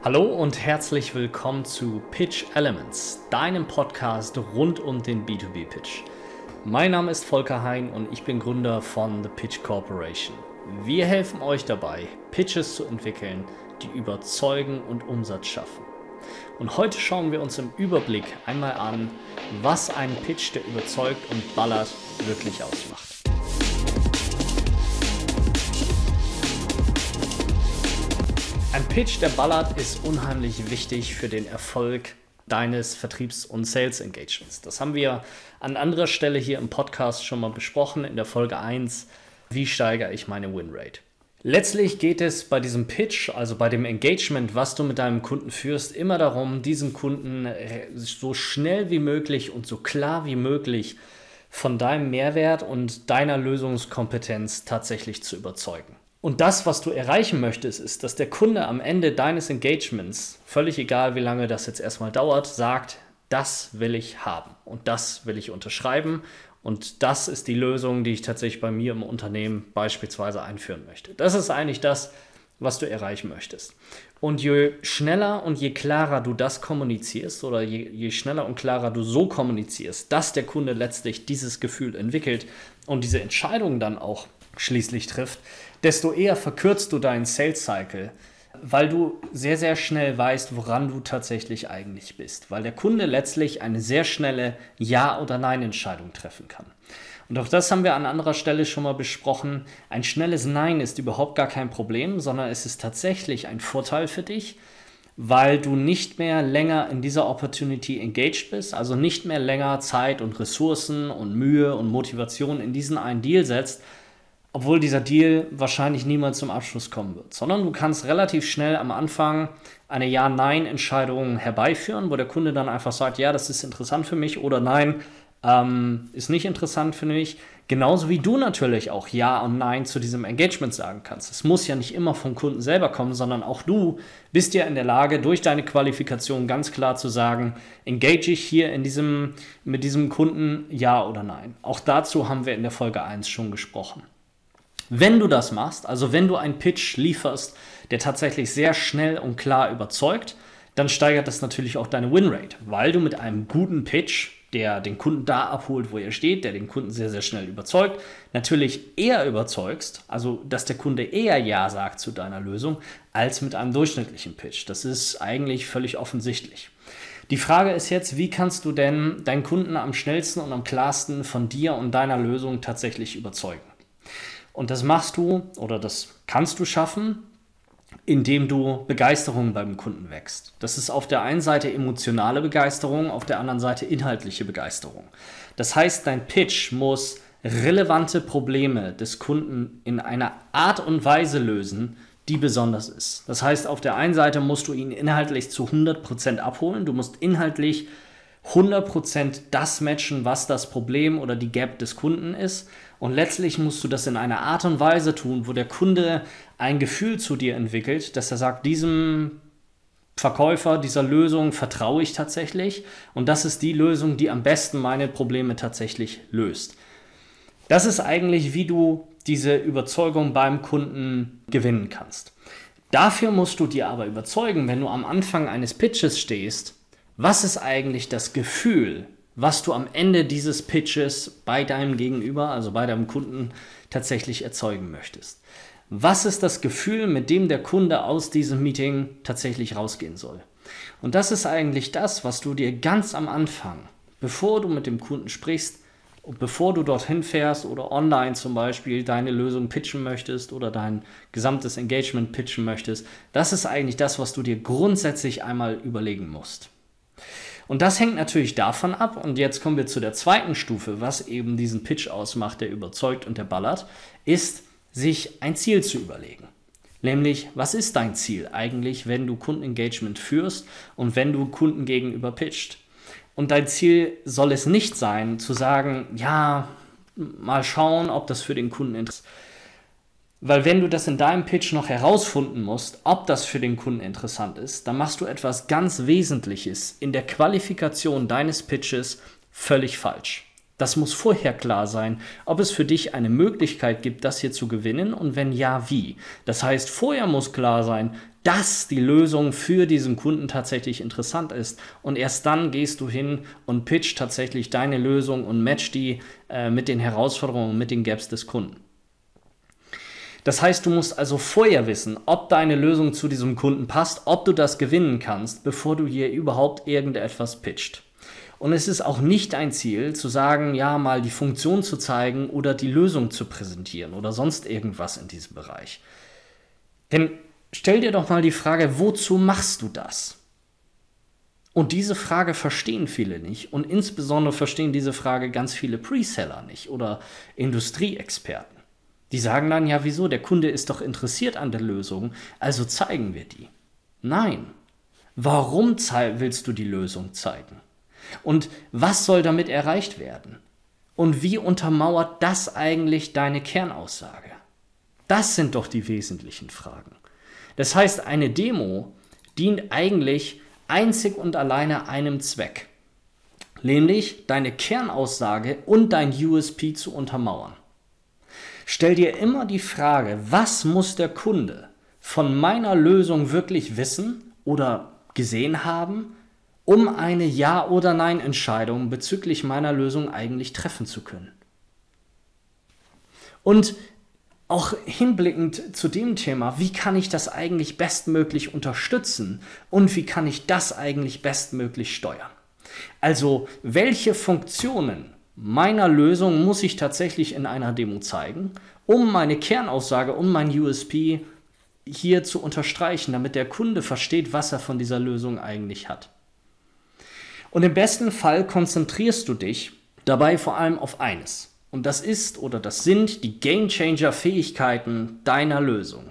Hallo und herzlich willkommen zu Pitch Elements, deinem Podcast rund um den B2B-Pitch. Mein Name ist Volker Hein und ich bin Gründer von The Pitch Corporation. Wir helfen euch dabei, Pitches zu entwickeln, die überzeugen und Umsatz schaffen. Und heute schauen wir uns im Überblick einmal an, was einen Pitch, der überzeugt und ballert, wirklich ausmacht. Ein Pitch, der ballert, ist unheimlich wichtig für den Erfolg deines Vertriebs- und Sales-Engagements. Das haben wir an anderer Stelle hier im Podcast schon mal besprochen, in der Folge 1, wie steigere ich meine Winrate. Letztlich geht es bei diesem Pitch, also bei dem Engagement, was du mit deinem Kunden führst, immer darum, diesen Kunden so schnell wie möglich und so klar wie möglich von deinem Mehrwert und deiner Lösungskompetenz tatsächlich zu überzeugen. Und das, was du erreichen möchtest, ist, dass der Kunde am Ende deines Engagements, völlig egal wie lange das jetzt erstmal dauert, sagt, das will ich haben und das will ich unterschreiben und das ist die Lösung, die ich tatsächlich bei mir im Unternehmen beispielsweise einführen möchte. Das ist eigentlich das, was du erreichen möchtest. Und je schneller und je klarer du das kommunizierst oder je schneller und klarer du so kommunizierst, dass der Kunde letztlich dieses Gefühl entwickelt und diese Entscheidung dann auch schließlich trifft, desto eher verkürzt du deinen Sales Cycle, weil du sehr, sehr schnell weißt, woran du tatsächlich eigentlich bist. Weil der Kunde letztlich eine sehr schnelle Ja- oder Nein-Entscheidung treffen kann. Und auch das haben wir an anderer Stelle schon mal besprochen. Ein schnelles Nein ist überhaupt gar kein Problem, sondern es ist tatsächlich ein Vorteil für dich, weil du nicht mehr länger in dieser Opportunity engaged bist, also nicht mehr länger Zeit und Ressourcen und Mühe und Motivation in diesen einen Deal setzt, obwohl dieser Deal wahrscheinlich niemals zum Abschluss kommen wird, sondern du kannst relativ schnell am Anfang eine Ja-Nein-Entscheidung herbeiführen, wo der Kunde dann einfach sagt, ja, das ist interessant für mich oder nein, ist nicht interessant für mich. Genauso wie du natürlich auch Ja und Nein zu diesem Engagement sagen kannst. Es muss ja nicht immer vom Kunden selber kommen, sondern auch du bist ja in der Lage, durch deine Qualifikation ganz klar zu sagen, engage ich hier mit diesem Kunden Ja oder Nein. Auch dazu haben wir in der Folge 1 schon gesprochen. Wenn du das machst, also wenn du einen Pitch lieferst, der tatsächlich sehr schnell und klar überzeugt, dann steigert das natürlich auch deine Winrate, weil du mit einem guten Pitch, der den Kunden da abholt, wo er steht, der den Kunden sehr, sehr schnell überzeugt, natürlich eher überzeugst, also dass der Kunde eher Ja sagt zu deiner Lösung, als mit einem durchschnittlichen Pitch. Das ist eigentlich völlig offensichtlich. Die Frage ist jetzt, wie kannst du denn deinen Kunden am schnellsten und am klarsten von dir und deiner Lösung tatsächlich überzeugen? Und das machst du oder das kannst du schaffen, indem du Begeisterung beim Kunden wächst. Das ist auf der einen Seite emotionale Begeisterung, auf der anderen Seite inhaltliche Begeisterung. Das heißt, dein Pitch muss relevante Probleme des Kunden in einer Art und Weise lösen, die besonders ist. Das heißt, auf der einen Seite musst du ihn inhaltlich zu 100% abholen. Du musst inhaltlich 100% das matchen, was das Problem oder die Gap des Kunden ist. Und letztlich musst du das in einer Art und Weise tun, wo der Kunde ein Gefühl zu dir entwickelt, dass er sagt, diesem Verkäufer, dieser Lösung vertraue ich tatsächlich und das ist die Lösung, die am besten meine Probleme tatsächlich löst. Das ist eigentlich, wie du diese Überzeugung beim Kunden gewinnen kannst. Dafür musst du dir aber überzeugen, wenn du am Anfang eines Pitches stehst, was ist eigentlich das Gefühl, was du am Ende dieses Pitches bei deinem Gegenüber, also bei deinem Kunden, tatsächlich erzeugen möchtest. Was ist das Gefühl, mit dem der Kunde aus diesem Meeting tatsächlich rausgehen soll? Und das ist eigentlich das, was du dir ganz am Anfang, bevor du mit dem Kunden sprichst, bevor du dorthin fährst oder online zum Beispiel deine Lösung pitchen möchtest oder dein gesamtes Engagement pitchen möchtest, das ist eigentlich das, was du dir grundsätzlich einmal überlegen musst. Und das hängt natürlich davon ab, und jetzt kommen wir zu der zweiten Stufe, was eben diesen Pitch ausmacht, der überzeugt und der ballert, ist, sich ein Ziel zu überlegen. Nämlich, was ist dein Ziel eigentlich, wenn du Kundenengagement führst und wenn du Kunden gegenüber pitcht? Und dein Ziel soll es nicht sein, zu sagen, ja, mal schauen, ob das für den Kunden interessant ist. Weil wenn du das in deinem Pitch noch herausfinden musst, ob das für den Kunden interessant ist, dann machst du etwas ganz Wesentliches in der Qualifikation deines Pitches völlig falsch. Das muss vorher klar sein, ob es für dich eine Möglichkeit gibt, das hier zu gewinnen und wenn ja, wie. Das heißt, vorher muss klar sein, dass die Lösung für diesen Kunden tatsächlich interessant ist. Und erst dann gehst du hin und pitcht tatsächlich deine Lösung und match die mit den Herausforderungen, mit den Gaps des Kunden. Das heißt, du musst also vorher wissen, ob deine Lösung zu diesem Kunden passt, ob du das gewinnen kannst, bevor du hier überhaupt irgendetwas pitcht. Und es ist auch nicht ein Ziel, zu sagen, ja, mal die Funktion zu zeigen oder die Lösung zu präsentieren oder sonst irgendwas in diesem Bereich. Denn stell dir doch mal die Frage, wozu machst du das? Und diese Frage verstehen viele nicht und insbesondere verstehen diese Frage ganz viele Preseller nicht oder Industrieexperten. Die sagen dann, ja wieso, der Kunde ist doch interessiert an der Lösung, also zeigen wir die. Nein, warum willst du die Lösung zeigen? Und was soll damit erreicht werden? Und wie untermauert das eigentlich deine Kernaussage? Das sind doch die wesentlichen Fragen. Das heißt, eine Demo dient eigentlich einzig und alleine einem Zweck, nämlich deine Kernaussage und dein USP zu untermauern. Stell dir immer die Frage, was muss der Kunde von meiner Lösung wirklich wissen oder gesehen haben, um eine Ja- oder Nein-Entscheidung bezüglich meiner Lösung eigentlich treffen zu können. Und auch hinblickend zu dem Thema, wie kann ich das eigentlich bestmöglich unterstützen und wie kann ich das eigentlich bestmöglich steuern? Also, welche Funktionen meiner Lösung muss ich tatsächlich in einer Demo zeigen, um meine Kernaussage und mein USP hier zu unterstreichen, damit der Kunde versteht, was er von dieser Lösung eigentlich hat. Und im besten Fall konzentrierst du dich dabei vor allem auf eines. Und das ist oder das sind die Gamechanger-Fähigkeiten deiner Lösung.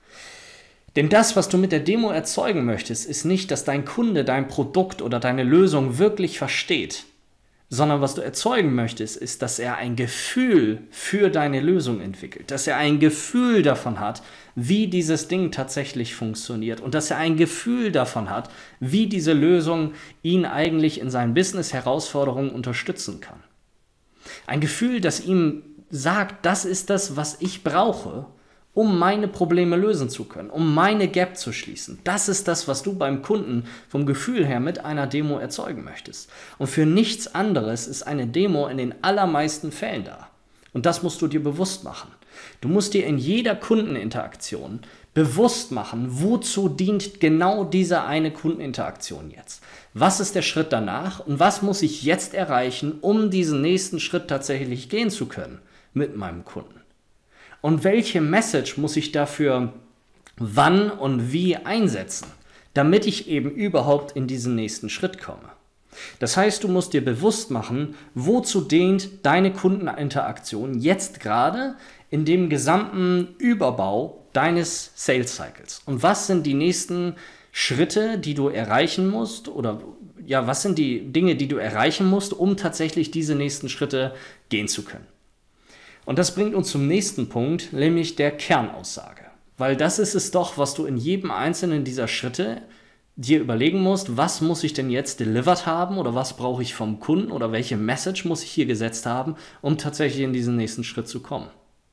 Denn das, was du mit der Demo erzeugen möchtest, ist nicht, dass dein Kunde dein Produkt oder deine Lösung wirklich versteht, sondern was du erzeugen möchtest, ist, dass er ein Gefühl für deine Lösung entwickelt, dass er ein Gefühl davon hat, wie dieses Ding tatsächlich funktioniert und dass er ein Gefühl davon hat, wie diese Lösung ihn eigentlich in seinen Business-Herausforderungen unterstützen kann. Ein Gefühl, das ihm sagt, das ist das, was ich brauche, um meine Probleme lösen zu können, um meine Gap zu schließen. Das ist das, was du beim Kunden vom Gefühl her mit einer Demo erzeugen möchtest. Und für nichts anderes ist eine Demo in den allermeisten Fällen da. Und das musst du dir bewusst machen. Du musst dir in jeder Kundeninteraktion bewusst machen, wozu dient genau diese eine Kundeninteraktion jetzt. Was ist der Schritt danach und was muss ich jetzt erreichen, um diesen nächsten Schritt tatsächlich gehen zu können mit meinem Kunden? Und welche Message muss ich dafür wann und wie einsetzen, damit ich eben überhaupt in diesen nächsten Schritt komme? Das heißt, du musst dir bewusst machen, wozu dient deine Kundeninteraktion jetzt gerade in dem gesamten Überbau deines Sales Cycles. Und was sind die nächsten Schritte, die du erreichen musst oder ja, was sind die Dinge, die du erreichen musst, um tatsächlich diese nächsten Schritte gehen zu können? Und das bringt uns zum nächsten Punkt, nämlich der Kernaussage. Weil das ist es doch, was du in jedem einzelnen dieser Schritte dir überlegen musst, was muss ich denn jetzt delivered haben oder was brauche ich vom Kunden oder welche Message muss ich hier gesetzt haben, um tatsächlich in diesen nächsten Schritt zu kommen.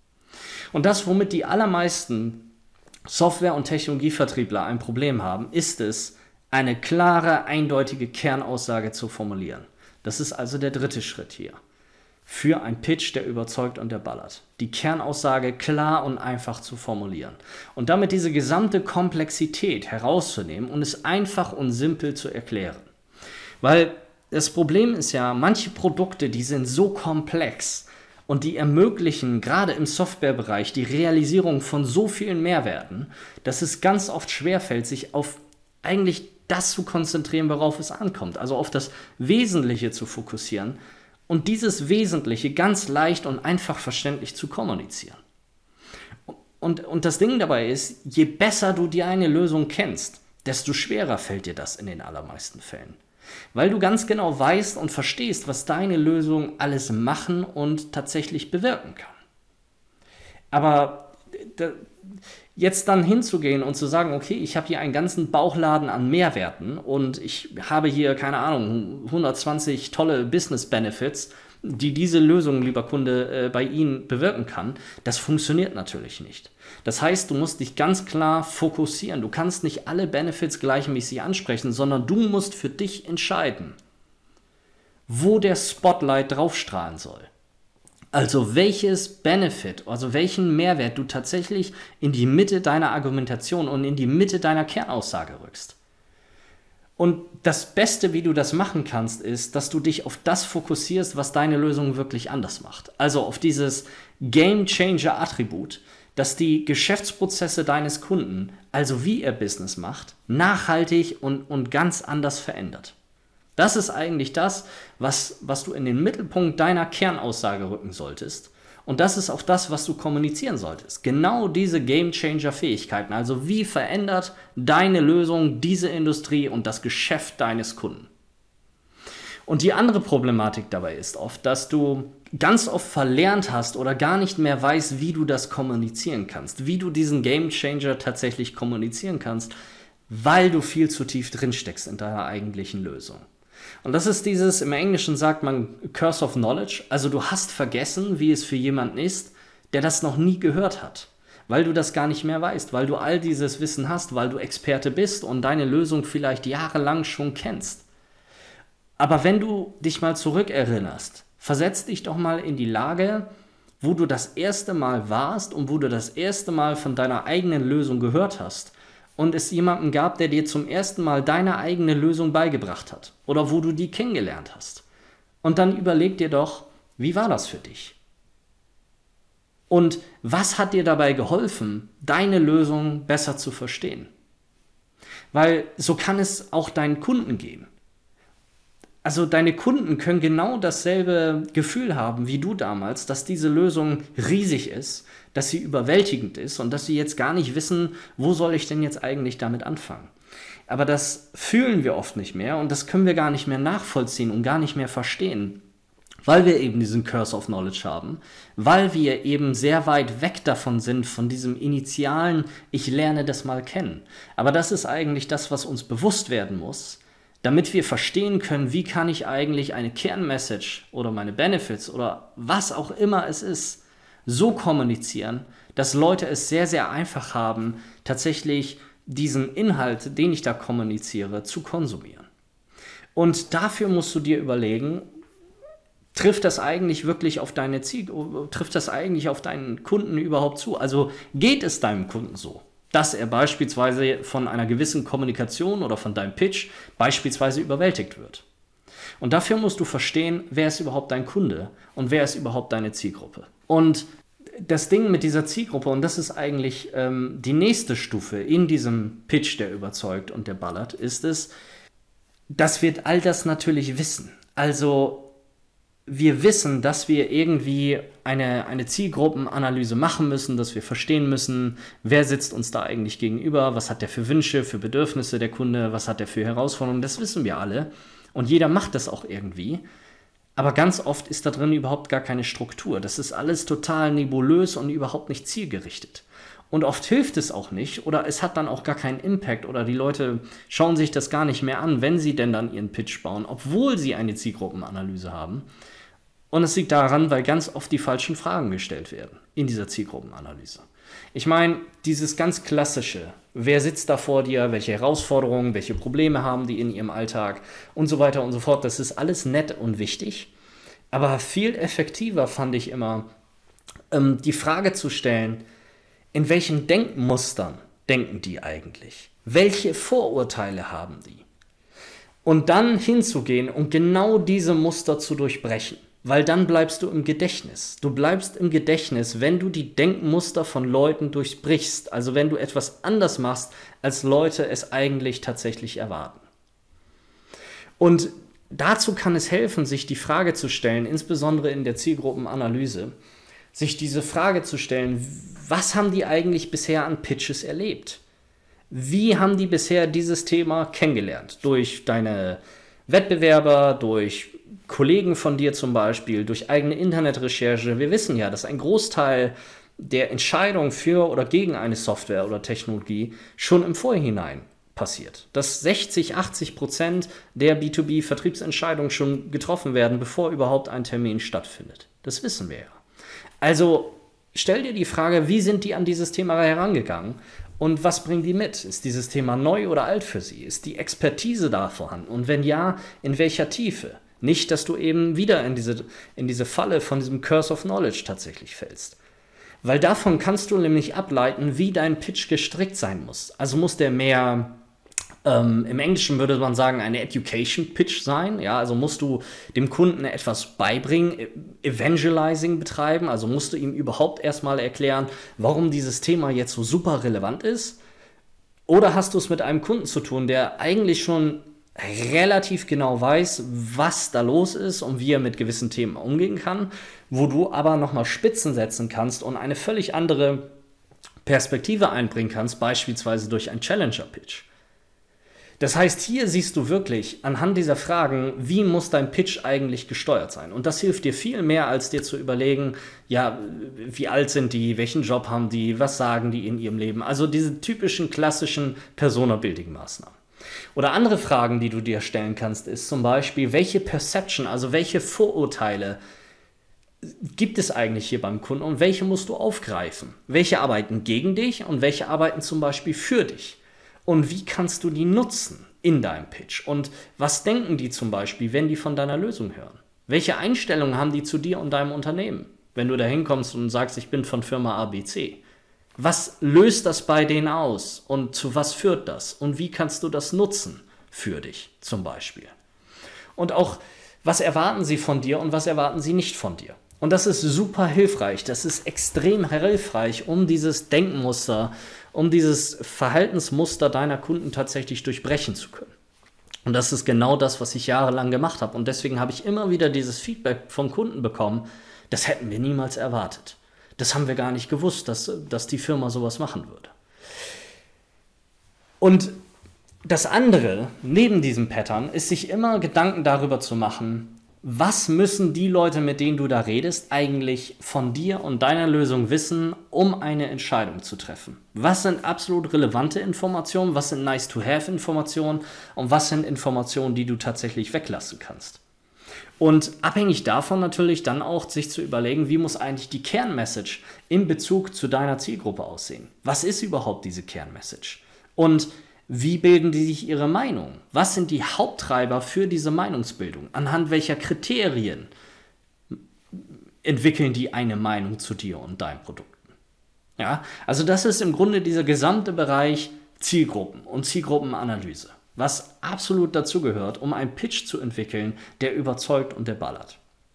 Und das, womit die allermeisten Software- und Technologievertriebler ein Problem haben, ist es, eine klare, eindeutige Kernaussage zu formulieren. Das ist also der dritte Schritt hier. Für einen Pitch, der überzeugt und der ballert. Die Kernaussage klar und einfach zu formulieren. Und damit diese gesamte Komplexität herauszunehmen und es einfach und simpel zu erklären. Weil das Problem ist ja, manche Produkte, die sind so komplex und die ermöglichen gerade im Softwarebereich die Realisierung von so vielen Mehrwerten, dass es ganz oft schwerfällt, sich auf eigentlich das zu konzentrieren, worauf es ankommt. Also auf das Wesentliche zu fokussieren. Und dieses Wesentliche ganz leicht und einfach verständlich zu kommunizieren. Und das Ding dabei ist, je besser du dir eine Lösung kennst, desto schwerer fällt dir das in den allermeisten Fällen. Weil du ganz genau weißt und verstehst, was deine Lösung alles machen und tatsächlich bewirken kann. Aber jetzt dann hinzugehen und zu sagen, okay, ich habe hier einen ganzen Bauchladen an Mehrwerten und ich habe hier, keine Ahnung, 120 tolle Business Benefits die diese Lösung, lieber Kunde, bei Ihnen bewirken kann, das funktioniert natürlich nicht. Das heißt, du musst dich ganz klar fokussieren. Du kannst nicht alle Benefits gleichmäßig ansprechen, sondern du musst für dich entscheiden, wo der Spotlight draufstrahlen soll. Also welches Benefit, also welchen Mehrwert du tatsächlich in die Mitte deiner Argumentation und in die Mitte deiner Kernaussage rückst. Und das Beste, wie du das machen kannst, ist, dass du dich auf das fokussierst, was deine Lösung wirklich anders macht. Also auf dieses Game-Changer-Attribut, das die Geschäftsprozesse deines Kunden, also wie er Business macht, nachhaltig und ganz anders verändert. Das ist eigentlich das, was du in den Mittelpunkt deiner Kernaussage rücken solltest. Und das ist auch das, was du kommunizieren solltest. Genau diese Game-Changer-Fähigkeiten. Also wie verändert deine Lösung diese Industrie und das Geschäft deines Kunden? Und die andere Problematik dabei ist oft, dass du ganz oft verlernt hast oder gar nicht mehr weißt, wie du das kommunizieren kannst. Wie du diesen Game-Changer tatsächlich kommunizieren kannst, weil du viel zu tief drinsteckst in deiner eigentlichen Lösung. Und das ist dieses, im Englischen sagt man Curse of Knowledge, also du hast vergessen, wie es für jemanden ist, der das noch nie gehört hat, weil du das gar nicht mehr weißt, weil du all dieses Wissen hast, weil du Experte bist und deine Lösung vielleicht jahrelang schon kennst. Aber wenn du dich mal zurückerinnerst, versetz dich doch mal in die Lage, wo du das erste Mal warst und wo du das erste Mal von deiner eigenen Lösung gehört hast. Und es jemanden gab, der dir zum ersten Mal deine eigene Lösung beigebracht hat oder wo du die kennengelernt hast. Und dann überleg dir doch, wie war das für dich? Und was hat dir dabei geholfen, deine Lösung besser zu verstehen? Weil so kann es auch deinen Kunden gehen. Also deine Kunden können genau dasselbe Gefühl haben wie du damals, dass diese Lösung riesig ist, dass sie überwältigend ist und dass sie jetzt gar nicht wissen, wo soll ich denn jetzt eigentlich damit anfangen. Aber das fühlen wir oft nicht mehr und das können wir gar nicht mehr nachvollziehen und gar nicht mehr verstehen, weil wir eben diesen Curse of Knowledge haben, weil wir eben sehr weit weg davon sind, von diesem initialen, ich lerne das mal kennen. Aber das ist eigentlich das, was uns bewusst werden muss, damit wir verstehen können, wie kann ich eigentlich eine Kernmessage oder meine Benefits oder was auch immer es ist, so kommunizieren, dass Leute es sehr, sehr einfach haben, tatsächlich diesen Inhalt, den ich da kommuniziere, zu konsumieren. Und dafür musst du dir überlegen, trifft das eigentlich wirklich auf deine trifft das eigentlich auf deinen Kunden überhaupt zu? Also geht es deinem Kunden so, dass er beispielsweise von einer gewissen Kommunikation oder von deinem Pitch beispielsweise überwältigt wird? Und dafür musst du verstehen, wer ist überhaupt dein Kunde und wer ist überhaupt deine Zielgruppe. Und das Ding mit dieser Zielgruppe, und das ist eigentlich die nächste Stufe in diesem Pitch, der überzeugt und der ballert, ist es, dass wir all das natürlich wissen. Also wir wissen, dass wir irgendwie eine Zielgruppenanalyse machen müssen, dass wir verstehen müssen, wer sitzt uns da eigentlich gegenüber, was hat der für Wünsche, für Bedürfnisse der Kunde, was hat der für Herausforderungen, das wissen wir alle. Und jeder macht das auch irgendwie. Aber ganz oft ist da drin überhaupt gar keine Struktur. Das ist alles total nebulös und überhaupt nicht zielgerichtet. Und oft hilft es auch nicht oder es hat dann auch gar keinen Impact oder die Leute schauen sich das gar nicht mehr an, wenn sie denn dann ihren Pitch bauen, obwohl sie eine Zielgruppenanalyse haben. Und es liegt daran, weil ganz oft die falschen Fragen gestellt werden in dieser Zielgruppenanalyse. Ich meine, dieses ganz klassische, wer sitzt da vor dir, welche Herausforderungen, welche Probleme haben die in ihrem Alltag und so weiter und so fort, das ist alles nett und wichtig. Aber viel effektiver fand ich immer, die Frage zu stellen, in welchen Denkmustern denken die eigentlich? Welche Vorurteile haben die? Und dann hinzugehen und genau diese Muster zu durchbrechen. Weil dann bleibst du im Gedächtnis. Du bleibst im Gedächtnis, wenn du die Denkmuster von Leuten durchbrichst. Also wenn du etwas anders machst, als Leute es eigentlich tatsächlich erwarten. Und dazu kann es helfen, sich die Frage zu stellen, insbesondere in der Zielgruppenanalyse, sich diese Frage zu stellen, was haben die eigentlich bisher an Pitches erlebt? Wie haben die bisher dieses Thema kennengelernt? Durch deine Wettbewerber, durch Kollegen von dir zum Beispiel, durch eigene Internetrecherche. Wir wissen ja, dass ein Großteil der Entscheidung für oder gegen eine Software oder Technologie schon im Vorhinein passiert. Dass 60-80% der B2B-Vertriebsentscheidungen schon getroffen werden, bevor überhaupt ein Termin stattfindet. Das wissen wir ja. Also stell dir die Frage, wie sind die an dieses Thema herangegangen und was bringen die mit? Ist dieses Thema neu oder alt für sie? Ist die Expertise da vorhanden? Und wenn ja, in welcher Tiefe? Nicht, dass du eben wieder in diese Falle von diesem Curse of Knowledge tatsächlich fällst. Weil davon kannst du nämlich ableiten, wie dein Pitch gestrickt sein muss. Also muss der mehr, im Englischen würde man sagen, eine Education Pitch sein. Ja, also musst du dem Kunden etwas beibringen, Evangelizing betreiben. Also musst du ihm überhaupt erstmal erklären, warum dieses Thema jetzt so super relevant ist. Oder hast du es mit einem Kunden zu tun, der eigentlich schon relativ genau weiß, was da los ist und wie er mit gewissen Themen umgehen kann, wo du aber nochmal Spitzen setzen kannst und eine völlig andere Perspektive einbringen kannst, beispielsweise durch einen Challenger-Pitch. Das heißt, hier siehst du wirklich anhand dieser Fragen, wie muss dein Pitch eigentlich gesteuert sein. Und das hilft dir viel mehr, als dir zu überlegen, ja, wie alt sind die, welchen Job haben die, was sagen die in ihrem Leben. Also diese typischen klassischen Persona-Building-Maßnahmen. Oder andere Fragen, die du dir stellen kannst, ist zum Beispiel, welche Perception, also welche Vorurteile gibt es eigentlich hier beim Kunden und welche musst du aufgreifen? Welche arbeiten gegen dich und welche arbeiten zum Beispiel für dich? Und wie kannst du die nutzen in deinem Pitch? Und was denken die zum Beispiel, wenn die von deiner Lösung hören? Welche Einstellungen haben die zu dir und deinem Unternehmen, wenn du da hinkommst und sagst, ich bin von Firma ABC? Was löst das bei denen aus und zu was führt das? Und wie kannst du das nutzen für dich zum Beispiel? Und auch, was erwarten sie von dir und was erwarten sie nicht von dir? Und das ist super hilfreich, das ist extrem hilfreich, um dieses Denkmuster, um dieses Verhaltensmuster deiner Kunden tatsächlich durchbrechen zu können. Und das ist genau das, was ich jahrelang gemacht habe. Und deswegen habe ich immer wieder dieses Feedback vom Kunden bekommen, das hätten wir niemals erwartet. Das haben wir gar nicht gewusst, dass die Firma sowas machen würde. Und das andere, neben diesem Pattern, ist sich immer Gedanken darüber zu machen, was müssen die Leute, mit denen du da redest, eigentlich von dir und deiner Lösung wissen, um eine Entscheidung zu treffen? Was sind absolut relevante Informationen, was sind Nice-to-have-Informationen und was sind Informationen, die du tatsächlich weglassen kannst? Und abhängig davon natürlich dann auch sich zu überlegen, wie muss eigentlich die Kernmessage in Bezug zu deiner Zielgruppe aussehen? Was ist überhaupt diese Kernmessage? Und wie bilden die sich ihre Meinung? Was sind die Haupttreiber für diese Meinungsbildung? Anhand welcher Kriterien entwickeln die eine Meinung zu dir und deinen Produkten? Ja, also das ist im Grunde dieser gesamte Bereich Zielgruppen und Zielgruppenanalyse, was absolut dazugehört, um einen Pitch zu entwickeln, der überzeugt und der ballert.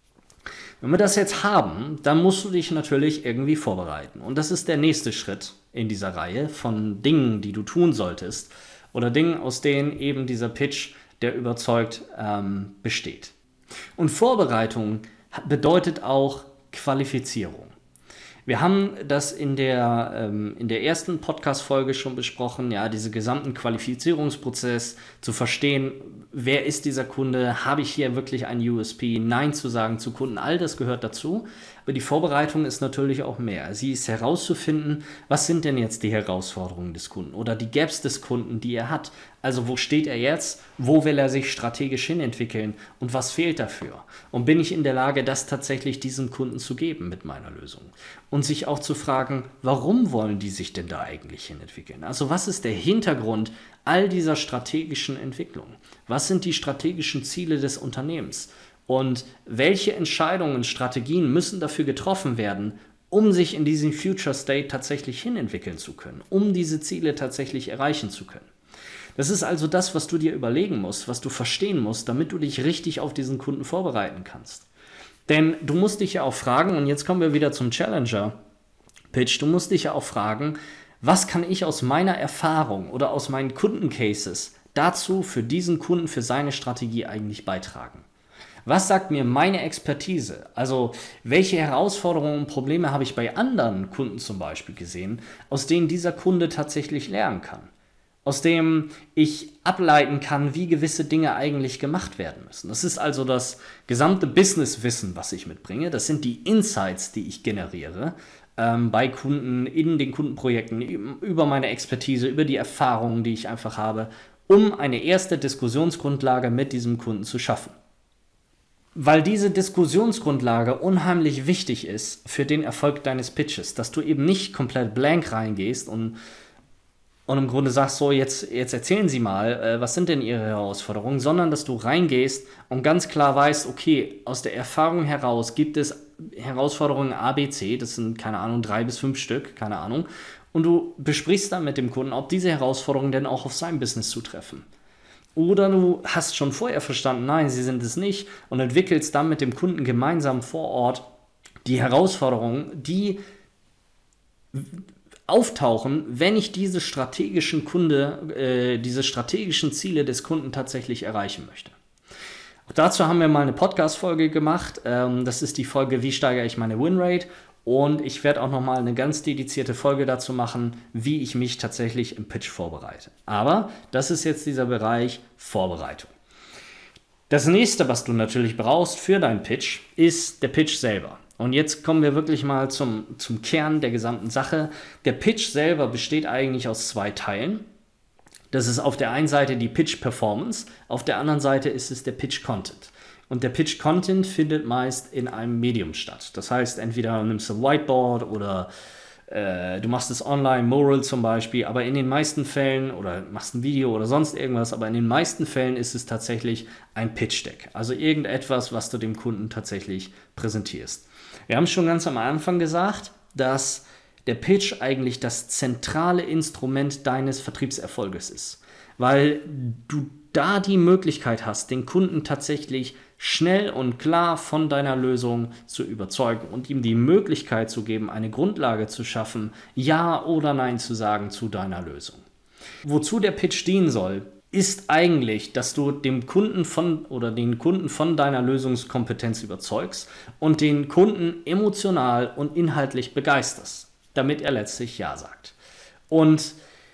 Wenn wir das jetzt haben, dann musst du dich natürlich irgendwie vorbereiten. Und das ist der nächste Schritt in dieser Reihe von Dingen, die du tun solltest oder Dingen, aus denen eben dieser Pitch, der überzeugt, besteht. Und Vorbereitung bedeutet auch Qualifizierung. Wir haben das in der ersten Podcast-Folge schon besprochen, ja, diesen gesamten Qualifizierungsprozess zu verstehen, wer ist dieser Kunde, habe ich hier wirklich ein USP, Nein zu sagen zu Kunden, all das gehört dazu. Aber die Vorbereitung ist natürlich auch mehr. Sie ist herauszufinden, was sind denn jetzt die Herausforderungen des Kunden oder die Gaps des Kunden, die er hat. Also wo steht er jetzt, wo will er sich strategisch hinentwickeln und was fehlt dafür? Und bin ich in der Lage, das tatsächlich diesem Kunden zu geben mit meiner Lösung? Und sich auch zu fragen, warum wollen die sich denn da eigentlich hinentwickeln? Also was ist der Hintergrund all dieser strategischen Entwicklung? Was sind die strategischen Ziele des Unternehmens? Und welche Entscheidungen, Strategien müssen dafür getroffen werden, um sich in diesen Future State tatsächlich hinentwickeln zu können, um diese Ziele tatsächlich erreichen zu können? Das ist also das, was du dir überlegen musst, was du verstehen musst, damit du dich richtig auf diesen Kunden vorbereiten kannst. Denn du musst dich ja auch fragen, und jetzt kommen wir wieder zum Challenger-Pitch, du musst dich ja auch fragen, was kann ich aus meiner Erfahrung oder aus meinen Kundencases dazu für diesen Kunden, für seine Strategie eigentlich beitragen? Was sagt mir meine Expertise? Also welche Herausforderungen und Probleme habe ich bei anderen Kunden zum Beispiel gesehen, aus denen dieser Kunde tatsächlich lernen kann? Aus dem ich ableiten kann, wie gewisse Dinge eigentlich gemacht werden müssen. Das ist also das gesamte Businesswissen, was ich mitbringe. Das sind die Insights, die ich generiere bei Kunden, in den Kundenprojekten, über meine Expertise, über die Erfahrungen, die ich einfach habe, um eine erste Diskussionsgrundlage mit diesem Kunden zu schaffen. Weil diese Diskussionsgrundlage unheimlich wichtig ist für den Erfolg deines Pitches, dass du eben nicht komplett blank reingehst und im Grunde sagst, so jetzt erzählen Sie mal, was sind denn Ihre Herausforderungen, sondern dass du reingehst und ganz klar weißt, okay, aus der Erfahrung heraus gibt es Herausforderungen A, B, C, das sind, keine Ahnung, 3 bis 5 Stück, keine Ahnung, und du besprichst dann mit dem Kunden, ob diese Herausforderungen denn auch auf sein Business zutreffen. Oder du hast schon vorher verstanden, nein, sie sind es nicht, und entwickelst dann mit dem Kunden gemeinsam vor Ort die Herausforderungen, die auftauchen, wenn ich diese strategischen Ziele des Kunden tatsächlich erreichen möchte. Auch dazu haben wir mal eine Podcast-Folge gemacht. Das ist die Folge, wie steigere ich meine Winrate? Und ich werde auch nochmal eine ganz dedizierte Folge dazu machen, wie ich mich tatsächlich im Pitch vorbereite. Aber das ist jetzt dieser Bereich Vorbereitung. Das nächste, was du natürlich brauchst für deinen Pitch, ist der Pitch selber. Und jetzt kommen wir wirklich mal zum Kern der gesamten Sache. Der Pitch selber besteht eigentlich aus 2 Teilen. Das ist auf der einen Seite die Pitch-Performance, auf der anderen Seite ist es der Pitch-Content. Und der Pitch-Content findet meist in einem Medium statt. Das heißt, entweder du nimmst ein Whiteboard oder du machst es online, Mural zum Beispiel, aber in den meisten Fällen, oder machst ein Video oder sonst irgendwas, aber in den meisten Fällen ist es tatsächlich ein Pitch-Deck. Also irgendetwas, was du dem Kunden tatsächlich präsentierst. Wir haben schon ganz am Anfang gesagt, dass der Pitch eigentlich das zentrale Instrument deines Vertriebserfolges ist, weil du da die Möglichkeit hast, den Kunden tatsächlich schnell und klar von deiner Lösung zu überzeugen und ihm die Möglichkeit zu geben, eine Grundlage zu schaffen, Ja oder Nein zu sagen zu deiner Lösung. Wozu der Pitch dienen soll, ist eigentlich, dass du den Kunden von deiner Lösungskompetenz überzeugst und den Kunden emotional und inhaltlich begeisterst, damit er letztlich Ja sagt. Und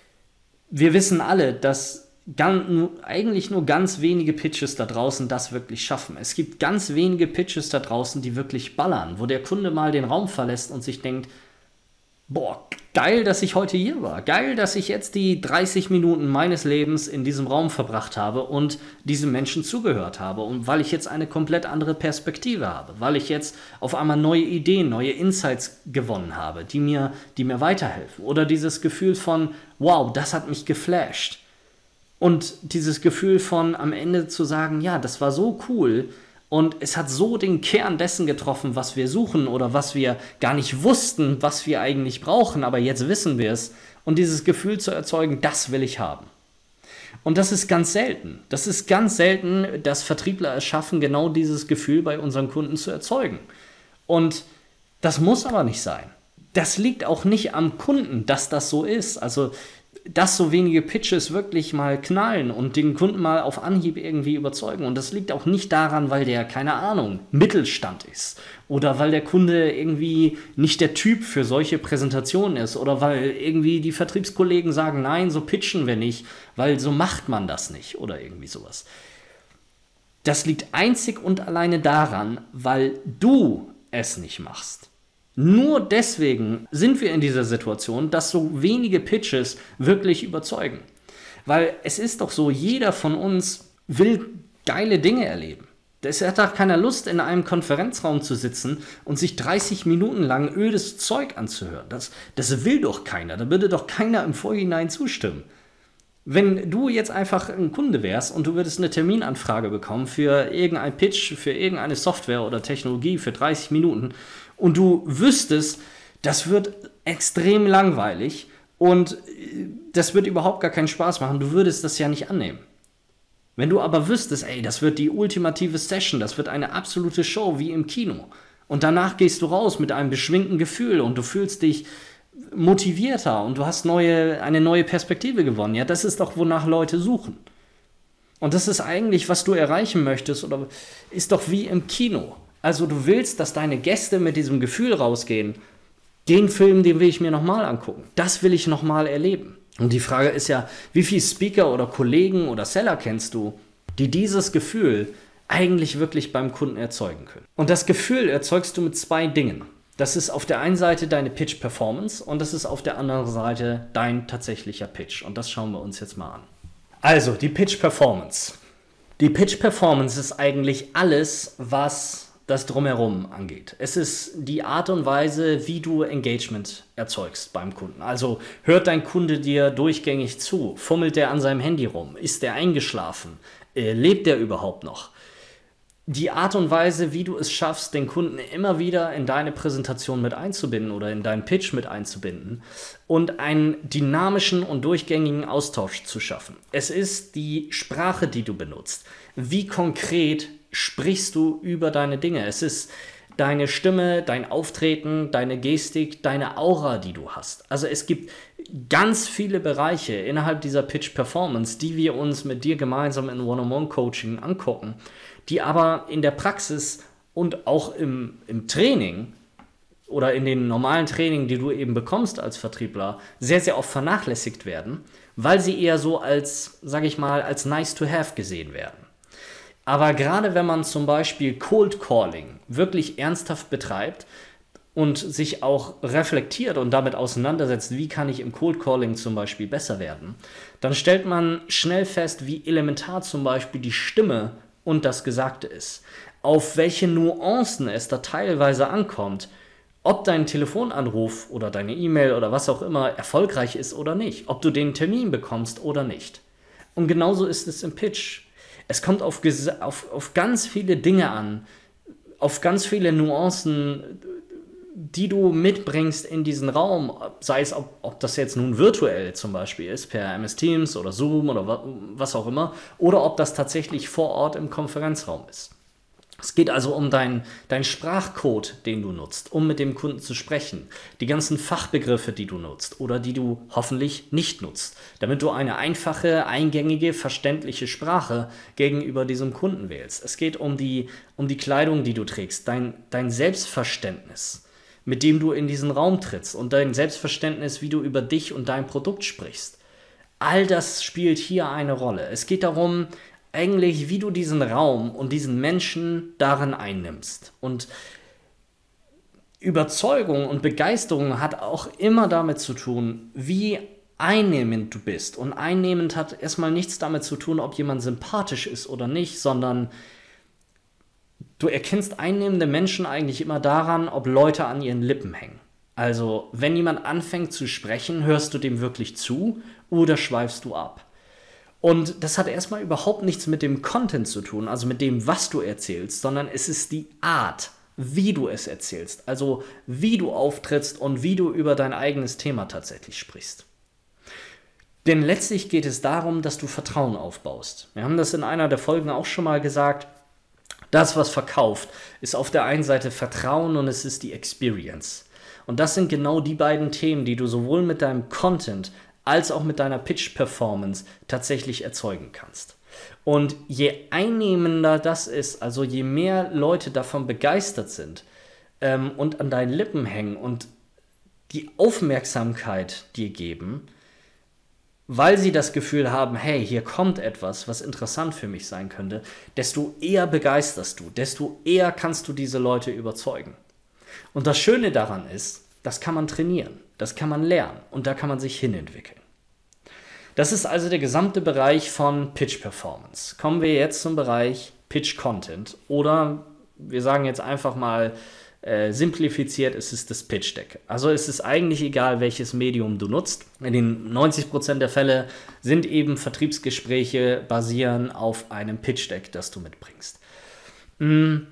wir wissen alle, dass eigentlich nur ganz wenige Pitches da draußen das wirklich schaffen. Es gibt ganz wenige Pitches da draußen, die wirklich ballern, wo der Kunde mal den Raum verlässt und sich denkt, boah, geil, dass ich heute hier war. Geil, dass ich jetzt die 30 Minuten meines Lebens in diesem Raum verbracht habe und diesem Menschen zugehört habe. Und weil ich jetzt eine komplett andere Perspektive habe, weil ich jetzt auf einmal neue Ideen, neue Insights gewonnen habe, die mir weiterhelfen. Oder dieses Gefühl von, wow, das hat mich geflasht. Und dieses Gefühl von am Ende zu sagen, ja, das war so cool und es hat so den Kern dessen getroffen, was wir suchen oder was wir gar nicht wussten, was wir eigentlich brauchen, aber jetzt wissen wir es. Und dieses Gefühl zu erzeugen, das will ich haben. Und das ist ganz selten. Das ist ganz selten, dass Vertriebler es schaffen, genau dieses Gefühl bei unseren Kunden zu erzeugen. Und das muss aber nicht sein. Das liegt auch nicht am Kunden, dass das so ist. Also dass so wenige Pitches wirklich mal knallen und den Kunden mal auf Anhieb irgendwie überzeugen. Und das liegt auch nicht daran, weil der, keine Ahnung, Mittelstand ist oder weil der Kunde irgendwie nicht der Typ für solche Präsentationen ist oder weil irgendwie die Vertriebskollegen sagen, nein, so pitchen wir nicht, weil so macht man das nicht oder irgendwie sowas. Das liegt einzig und alleine daran, weil du es nicht machst. Nur deswegen sind wir in dieser Situation, dass so wenige Pitches wirklich überzeugen. Weil es ist doch so, jeder von uns will geile Dinge erleben. Es hat doch keiner Lust, in einem Konferenzraum zu sitzen und sich 30 Minuten lang ödes Zeug anzuhören. Das will doch keiner. Da würde doch keiner im Vorhinein zustimmen. Wenn du jetzt einfach ein Kunde wärst und du würdest eine Terminanfrage bekommen für irgendein Pitch, für irgendeine Software oder Technologie für 30 Minuten und du wüsstest, das wird extrem langweilig und das wird überhaupt gar keinen Spaß machen, du würdest das ja nicht annehmen. Wenn du aber wüsstest, ey, das wird die ultimative Session, das wird eine absolute Show wie im Kino und danach gehst du raus mit einem beschwingten Gefühl und du fühlst dich motivierter und du hast eine neue Perspektive gewonnen. Ja, das ist doch, wonach Leute suchen. Und das ist eigentlich, was du erreichen möchtest, oder ist doch wie im Kino. Also du willst, dass deine Gäste mit diesem Gefühl rausgehen, den Film, den will ich mir nochmal angucken. Das will ich nochmal erleben. Und die Frage ist ja, wie viele Speaker oder Kollegen oder Seller kennst du, die dieses Gefühl eigentlich wirklich beim Kunden erzeugen können? Und das Gefühl erzeugst du mit 2 Dingen. Das ist auf der einen Seite deine Pitch-Performance und das ist auf der anderen Seite dein tatsächlicher Pitch. Und das schauen wir uns jetzt mal an. Also, die Pitch-Performance. Die Pitch-Performance ist eigentlich alles, was das Drumherum angeht. Es ist die Art und Weise, wie du Engagement erzeugst beim Kunden. Also hört dein Kunde dir durchgängig zu? Fummelt er an seinem Handy rum? Ist er eingeschlafen? Lebt er überhaupt noch? Die Art und Weise, wie du es schaffst, den Kunden immer wieder in deine Präsentation mit einzubinden oder in deinen Pitch mit einzubinden und einen dynamischen und durchgängigen Austausch zu schaffen. Es ist die Sprache, die du benutzt. Wie konkret sprichst du über deine Dinge? Es ist deine Stimme, dein Auftreten, deine Gestik, deine Aura, die du hast. Also es gibt ganz viele Bereiche innerhalb dieser Pitch-Performance, die wir uns mit dir gemeinsam in One-on-One-Coaching angucken, die aber in der Praxis und auch im Training oder in den normalen Training, die du eben bekommst als Vertriebler, sehr, sehr oft vernachlässigt werden, weil sie eher so als, sage ich mal, als nice to have gesehen werden. Aber gerade wenn man zum Beispiel Cold Calling wirklich ernsthaft betreibt und sich auch reflektiert und damit auseinandersetzt, wie kann ich im Cold Calling zum Beispiel besser werden, dann stellt man schnell fest, wie elementar zum Beispiel die Stimme und das Gesagte ist, auf welche Nuancen es da teilweise ankommt, ob dein Telefonanruf oder deine E-Mail oder was auch immer erfolgreich ist oder nicht, ob du den Termin bekommst oder nicht. Und genauso ist es im Pitch. Es kommt auf ganz viele Dinge an, auf ganz viele Nuancen, die du mitbringst in diesen Raum, sei es, ob das jetzt nun virtuell zum Beispiel ist, per MS Teams oder Zoom oder was auch immer, oder ob das tatsächlich vor Ort im Konferenzraum ist. Es geht also um deinen Sprachcode, den du nutzt, um mit dem Kunden zu sprechen, die ganzen Fachbegriffe, die du nutzt oder die du hoffentlich nicht nutzt, damit du eine einfache, eingängige, verständliche Sprache gegenüber diesem Kunden wählst. Es geht um die Kleidung, die du trägst, dein Selbstverständnis, mit dem du in diesen Raum trittst und dein Selbstverständnis, wie du über dich und dein Produkt sprichst. All das spielt hier eine Rolle. Es geht darum, eigentlich, wie du diesen Raum und diesen Menschen darin einnimmst. Und Überzeugung und Begeisterung hat auch immer damit zu tun, wie einnehmend du bist. Und einnehmend hat erstmal nichts damit zu tun, ob jemand sympathisch ist oder nicht, sondern du erkennst einnehmende Menschen eigentlich immer daran, ob Leute an ihren Lippen hängen. Also, wenn jemand anfängt zu sprechen, hörst du dem wirklich zu oder schweifst du ab? Und das hat erstmal überhaupt nichts mit dem Content zu tun, also mit dem, was du erzählst, sondern es ist die Art, wie du es erzählst, also wie du auftrittst und wie du über dein eigenes Thema tatsächlich sprichst. Denn letztlich geht es darum, dass du Vertrauen aufbaust. Wir haben das in einer der Folgen auch schon mal gesagt. Das, was verkauft, ist auf der einen Seite Vertrauen und es ist die Experience. Und das sind genau die beiden Themen, die du sowohl mit deinem Content als auch mit deiner Pitch-Performance tatsächlich erzeugen kannst. Und je einnehmender das ist, also je mehr Leute davon begeistert sind und an deinen Lippen hängen und die Aufmerksamkeit dir geben, weil sie das Gefühl haben, hey, hier kommt etwas, was interessant für mich sein könnte, desto eher begeisterst du, desto eher kannst du diese Leute überzeugen. Und das Schöne daran ist, das kann man trainieren, das kann man lernen und da kann man sich hinentwickeln. Das ist also der gesamte Bereich von Pitch Performance. Kommen wir jetzt zum Bereich Pitch Content oder wir sagen jetzt einfach mal simplifiziert, es ist das Pitch Deck. Also es ist eigentlich egal, welches Medium du nutzt. In den 90% der Fälle sind eben Vertriebsgespräche basieren auf einem Pitch Deck, das du mitbringst. Und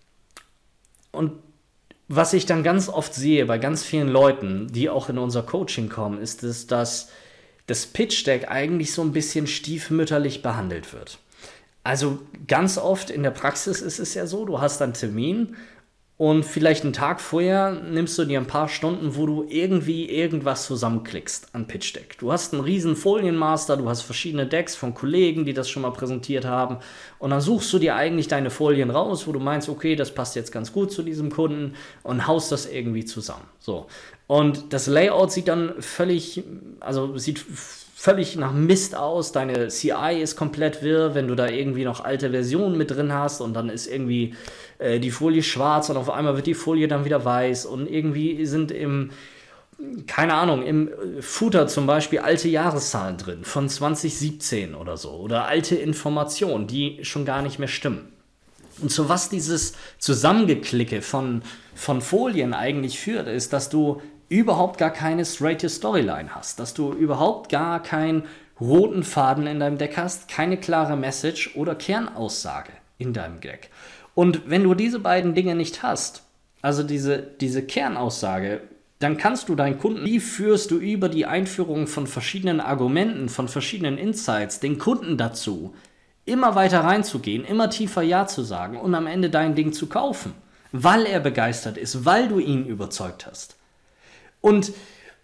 was ich dann ganz oft sehe bei ganz vielen Leuten, die auch in unser Coaching kommen, ist es, dass das Pitch Deck eigentlich so ein bisschen stiefmütterlich behandelt wird. Also ganz oft in der Praxis ist es ja so, du hast einen Termin und vielleicht einen Tag vorher nimmst du dir ein paar Stunden, wo du irgendwie irgendwas zusammenklickst an Pitch Deck. Du hast einen riesen Folienmaster, du hast verschiedene Decks von Kollegen, die das schon mal präsentiert haben und dann suchst du dir eigentlich deine Folien raus, wo du meinst, okay, das passt jetzt ganz gut zu diesem Kunden und haust das irgendwie zusammen. So. Und das Layout sieht dann sieht völlig nach Mist aus, deine CI ist komplett wirr, wenn du da irgendwie noch alte Versionen mit drin hast und dann ist irgendwie die Folie schwarz und auf einmal wird die Folie dann wieder weiß und irgendwie sind keine Ahnung, im Footer zum Beispiel alte Jahreszahlen drin von 2017 oder so oder alte Informationen, die schon gar nicht mehr stimmen. Und zu was dieses Zusammengeklicke von Folien eigentlich führt, ist, dass du überhaupt gar keine straight Storyline hast, dass du überhaupt gar keinen roten Faden in deinem Deck hast, keine klare Message oder Kernaussage in deinem Deck. Und wenn du diese beiden Dinge nicht hast, also diese Kernaussage, dann kannst du deinen Kunden, wie führst du über die Einführung von verschiedenen Argumenten, von verschiedenen Insights, den Kunden dazu, immer weiter reinzugehen, immer tiefer Ja zu sagen und am Ende dein Ding zu kaufen, weil er begeistert ist, weil du ihn überzeugt hast. Und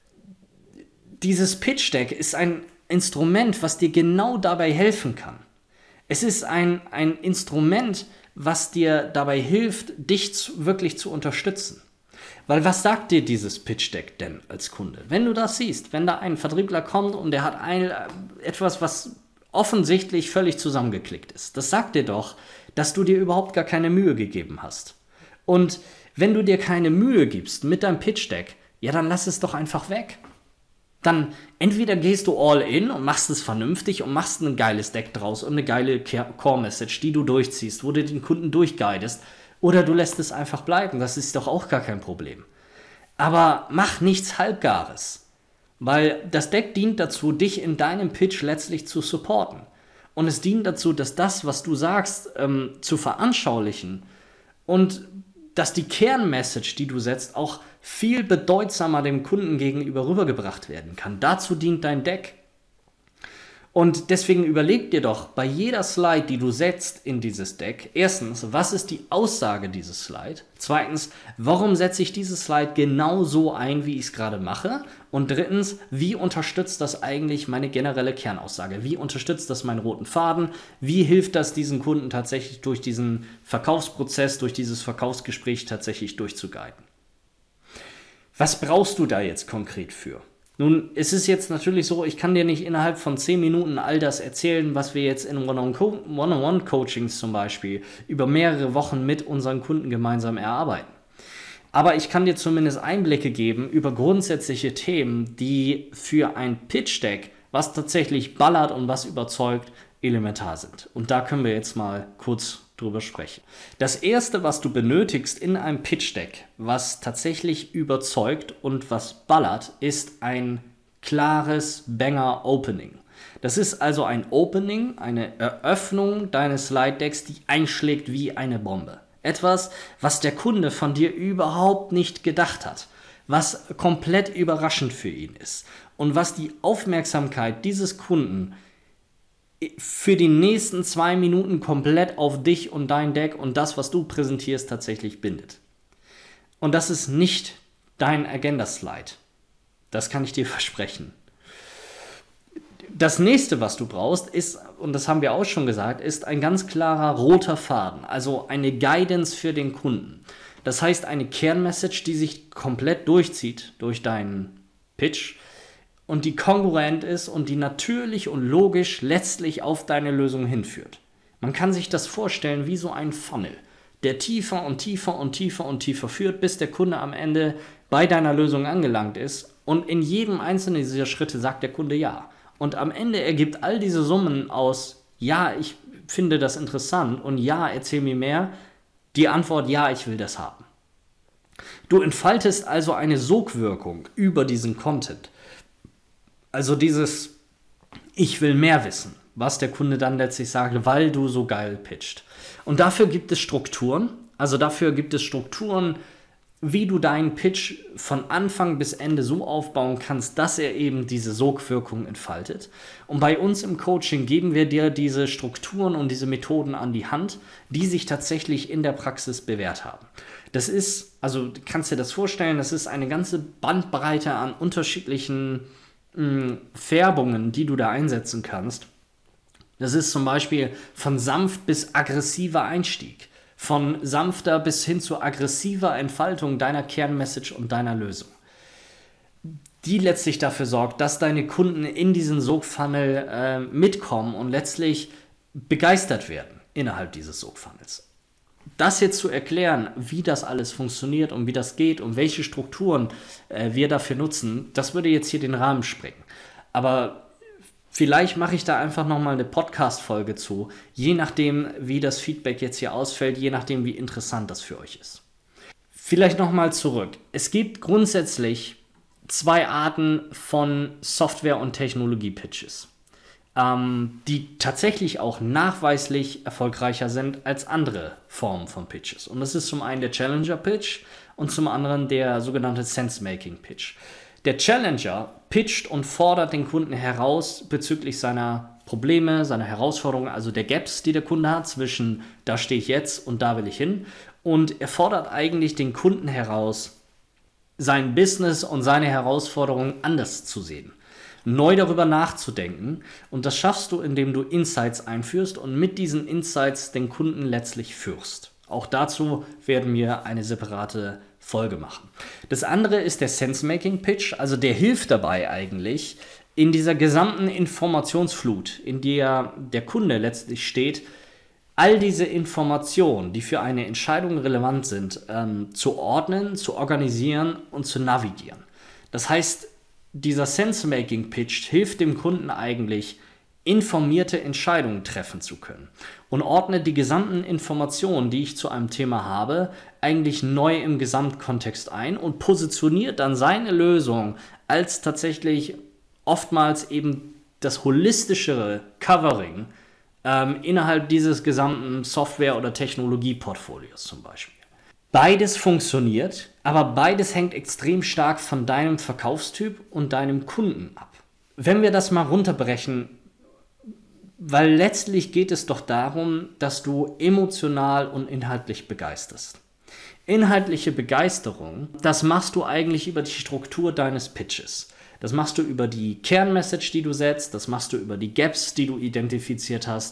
dieses Pitch Deck ist ein Instrument, was dir genau dabei helfen kann. Es ist ein Instrument, was dir dabei hilft, dich wirklich zu unterstützen. Weil was sagt dir dieses Pitch Deck denn als Kunde? Wenn du das siehst, wenn da ein Vertriebler kommt und der hat etwas, was offensichtlich völlig zusammengeklickt ist, das sagt dir doch, dass du dir überhaupt gar keine Mühe gegeben hast. Und wenn du dir keine Mühe gibst mit deinem Pitch Deck, ja, dann lass es doch einfach weg. Dann entweder gehst du all in und machst es vernünftig und machst ein geiles Deck draus und eine geile Core-Message, die du durchziehst, wo du den Kunden durchguidest, oder du lässt es einfach bleiben. Das ist doch auch gar kein Problem. Aber mach nichts Halbgares, weil das Deck dient dazu, dich in deinem Pitch letztlich zu supporten. Und es dient dazu, dass das, was du sagst, zu veranschaulichen und dass die Kernmessage, die du setzt, auch viel bedeutsamer dem Kunden gegenüber rübergebracht werden kann. Dazu dient dein Deck. Und deswegen überleg dir doch bei jeder Slide, die du setzt in dieses Deck, erstens, was ist die Aussage dieses Slide? Zweitens, warum setze ich dieses Slide genau so ein, wie ich es gerade mache? Und drittens, wie unterstützt das eigentlich meine generelle Kernaussage? Wie unterstützt das meinen roten Faden? Wie hilft das diesen Kunden tatsächlich durch diesen Verkaufsprozess, durch dieses Verkaufsgespräch tatsächlich durchzuguiden? Was brauchst du da jetzt konkret für? Nun, es ist jetzt natürlich so, ich kann dir nicht innerhalb von 10 Minuten all das erzählen, was wir jetzt in One-on-One-Coachings zum Beispiel über mehrere Wochen mit unseren Kunden gemeinsam erarbeiten. Aber ich kann dir zumindest Einblicke geben über grundsätzliche Themen, die für ein Pitch-Deck, was tatsächlich ballert und was überzeugt, elementar sind. Und da können wir jetzt mal kurz drüber sprechen. Das erste, was du benötigst in einem Pitch-Deck, was tatsächlich überzeugt und was ballert, ist ein klares Banger-Opening. Das ist also ein Opening, eine Eröffnung deines Slide-Decks, die einschlägt wie eine Bombe. Etwas, was der Kunde von dir überhaupt nicht gedacht hat, was komplett überraschend für ihn ist und was die Aufmerksamkeit dieses Kunden für die nächsten 2 Minuten komplett auf dich und dein Deck und das, was du präsentierst, tatsächlich bindet. Und das ist nicht dein Agenda-Slide. Das kann ich dir versprechen. Das nächste, was du brauchst, ist, und das haben wir auch schon gesagt, ist ein ganz klarer roter Faden, also eine Guidance für den Kunden. Das heißt, eine Kernmessage, die sich komplett durchzieht durch deinen Pitch, und die kongruent ist und die natürlich und logisch letztlich auf deine Lösung hinführt. Man kann sich das vorstellen wie so ein Funnel, der tiefer und tiefer und tiefer und tiefer führt, bis der Kunde am Ende bei deiner Lösung angelangt ist. Und in jedem einzelnen dieser Schritte sagt der Kunde ja. Und am Ende ergibt all diese Summen aus, ja, ich finde das interessant und ja, erzähl mir mehr, die Antwort, ja, ich will das haben. Du entfaltest also eine Sogwirkung über diesen Content. Also dieses, ich will mehr wissen, was der Kunde dann letztlich sagt, weil du so geil pitcht. Und dafür gibt es Strukturen, wie du deinen Pitch von Anfang bis Ende so aufbauen kannst, dass er eben diese Sogwirkung entfaltet. Und bei uns im Coaching geben wir dir diese Strukturen und diese Methoden an die Hand, die sich tatsächlich in der Praxis bewährt haben. Das ist, also kannst dir das vorstellen, das ist eine ganze Bandbreite an unterschiedlichen Färbungen, die du da einsetzen kannst. Das ist zum Beispiel von sanft bis aggressiver Einstieg, von sanfter bis hin zu aggressiver Entfaltung deiner Kernmessage und deiner Lösung. die letztlich dafür sorgt, dass deine Kunden in diesen Sogfunnel mitkommen und letztlich begeistert werden innerhalb dieses Sogfunnels. Das jetzt zu erklären, wie das alles funktioniert und wie das geht und welche Strukturen wir dafür nutzen, das würde jetzt hier den Rahmen sprengen. Aber vielleicht mache ich da einfach nochmal eine Podcast-Folge zu, je nachdem, wie das Feedback jetzt hier ausfällt, je nachdem, wie interessant das für euch ist. Vielleicht nochmal zurück. Es gibt grundsätzlich 2 Arten von Software- und Technologie-Pitches, die tatsächlich auch nachweislich erfolgreicher sind als andere Formen von Pitches. Und das ist zum einen der Challenger-Pitch und zum anderen der sogenannte Sense-Making-Pitch. Der Challenger pitcht und fordert den Kunden heraus bezüglich seiner Probleme, seiner Herausforderungen, also der Gaps, die der Kunde hat zwischen da stehe ich jetzt und da will ich hin. Und er fordert eigentlich den Kunden heraus, sein Business und seine Herausforderungen anders zu sehen, neu darüber nachzudenken, und das schaffst du, indem du Insights einführst und mit diesen Insights den Kunden letztlich führst. Auch dazu werden wir eine separate Folge machen. Das andere ist der Sense-Making-Pitch, also der hilft dabei eigentlich, in dieser gesamten Informationsflut, in der der Kunde letztlich steht, all diese Informationen, die für eine Entscheidung relevant sind, zu ordnen, zu organisieren und zu navigieren. Das heißt, dieser Sense-Making-Pitch hilft dem Kunden eigentlich, informierte Entscheidungen treffen zu können und ordnet die gesamten Informationen, die ich zu einem Thema habe, eigentlich neu im Gesamtkontext ein und positioniert dann seine Lösung als tatsächlich oftmals eben das holistischere Covering innerhalb dieses gesamten Software- oder Technologieportfolios zum Beispiel. Beides funktioniert, aber beides hängt extrem stark von deinem Verkaufstyp und deinem Kunden ab. Wenn wir das mal runterbrechen, weil letztlich geht es doch darum, dass du emotional und inhaltlich begeisterst. Inhaltliche Begeisterung, das machst du eigentlich über die Struktur deines Pitches. Das machst du über die Kernmessage, die du setzt, das machst du über die Gaps, die du identifiziert hast,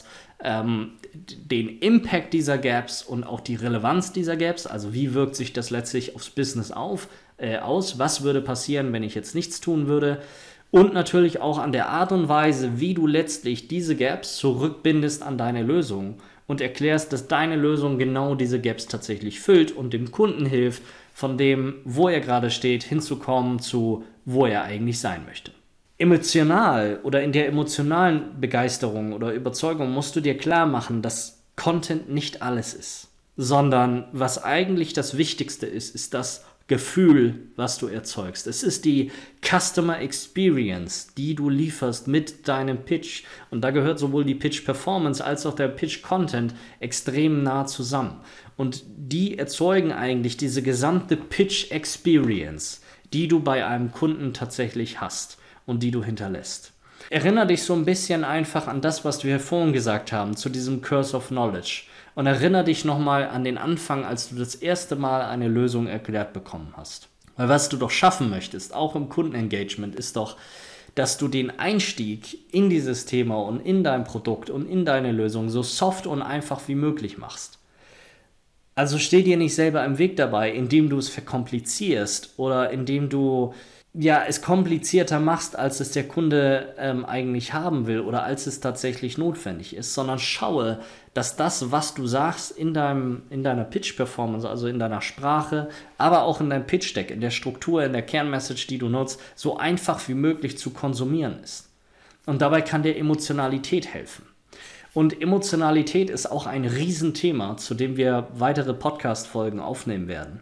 den Impact dieser Gaps und auch die Relevanz dieser Gaps, also wie wirkt sich das letztlich aufs Business aus, was würde passieren, wenn ich jetzt nichts tun würde, und natürlich auch an der Art und Weise, wie du letztlich diese Gaps zurückbindest an deine Lösung und erklärst, dass deine Lösung genau diese Gaps tatsächlich füllt und dem Kunden hilft, von dem, wo er gerade steht, hinzukommen zu, wo er eigentlich sein möchte. Emotional oder in der emotionalen Begeisterung oder Überzeugung musst du dir klar machen, dass Content nicht alles ist, sondern was eigentlich das Wichtigste ist, ist das Gefühl, was du erzeugst. Es ist die Customer Experience, die du lieferst mit deinem Pitch. Und da gehört sowohl die Pitch Performance als auch der Pitch Content extrem nah zusammen. Und die erzeugen eigentlich diese gesamte Pitch Experience, die du bei einem Kunden tatsächlich hast und die du hinterlässt. Erinnere dich so ein bisschen einfach an das, was wir vorhin gesagt haben, zu diesem Curse of Knowledge. Und erinnere dich nochmal an den Anfang, als du das erste Mal eine Lösung erklärt bekommen hast. Weil was du doch schaffen möchtest, auch im Kundenengagement, ist doch, dass du den Einstieg in dieses Thema und in dein Produkt und in deine Lösung so soft und einfach wie möglich machst. Also steh dir nicht selber im Weg dabei, indem du es verkomplizierst oder indem du es komplizierter machst, als es der Kunde eigentlich haben will oder als es tatsächlich notwendig ist, sondern schaue, dass das, was du sagst in deiner Pitch-Performance, also in deiner Sprache, aber auch in deinem Pitch-Deck, in der Struktur, in der Kernmessage, die du nutzt, so einfach wie möglich zu konsumieren ist. Und dabei kann dir Emotionalität helfen. Und Emotionalität ist auch ein Riesenthema, zu dem wir weitere Podcast-Folgen aufnehmen werden.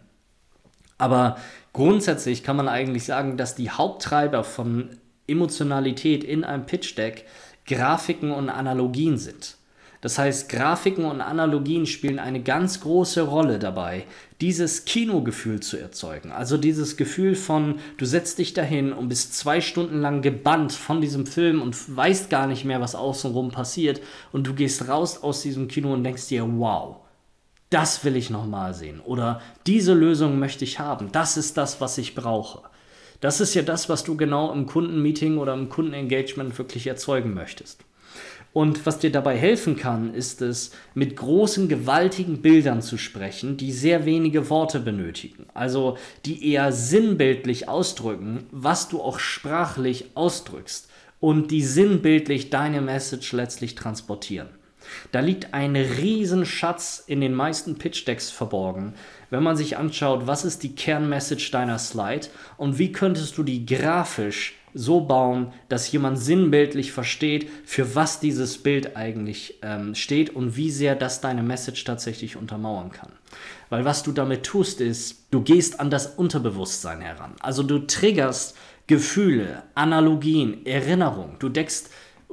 Aber grundsätzlich kann man eigentlich sagen, dass die Haupttreiber von Emotionalität in einem Pitch-Deck Grafiken und Analogien sind. Das heißt, Grafiken und Analogien spielen eine ganz große Rolle dabei, dieses Kinogefühl zu erzeugen. Also dieses Gefühl von, du setzt dich dahin und bist 2 Stunden lang gebannt von diesem Film und weißt gar nicht mehr, was außenrum passiert. Und du gehst raus aus diesem Kino und denkst dir, wow, das will ich nochmal sehen. Oder diese Lösung möchte ich haben. Das ist das, was ich brauche. Das ist ja das, was du genau im Kundenmeeting oder im Kundenengagement wirklich erzeugen möchtest. Und was dir dabei helfen kann, ist es, mit großen, gewaltigen Bildern zu sprechen, die sehr wenige Worte benötigen. Also die eher sinnbildlich ausdrücken, was du auch sprachlich ausdrückst und die sinnbildlich deine Message letztlich transportieren. Da liegt ein Riesenschatz in den meisten Pitch-Decks verborgen, wenn man sich anschaut, was ist die Kernmessage deiner Slide und wie könntest du die grafisch so bauen, dass jemand sinnbildlich versteht, für was dieses Bild eigentlich steht und wie sehr das deine Message tatsächlich untermauern kann. Weil was du damit tust, ist, du gehst an das Unterbewusstsein heran. Also du triggerst Gefühle, Analogien, Erinnerungen. Du deckst